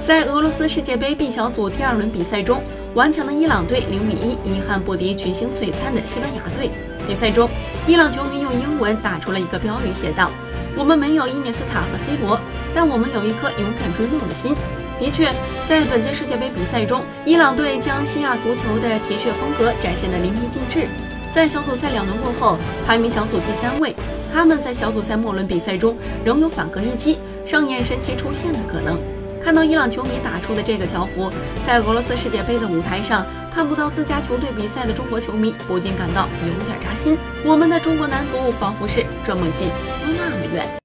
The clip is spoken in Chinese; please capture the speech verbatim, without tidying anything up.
在俄罗斯世界杯 B 小组第二轮比赛中，顽强的伊朗队零比一遗憾不敌巨星璀璨的西班牙队。比赛中，伊朗球迷用英文打出了一个标语，写道：“我们没有伊涅斯塔和 C 罗，但我们有一颗勇敢追梦的心。”的确，在本届世界杯比赛中，伊朗队将西亚足球的铁血风格展现得淋漓尽致。在小组赛两轮过后，排名小组第三位，他们在小组赛末轮比赛中仍有反戈一击，上演神奇出现的可能。看到伊朗球迷打出的这个条幅，在俄罗斯世界杯的舞台上看不到自家球队比赛的中国球迷不禁感到有点扎心。我们的中国男足仿佛是这么近又那么远。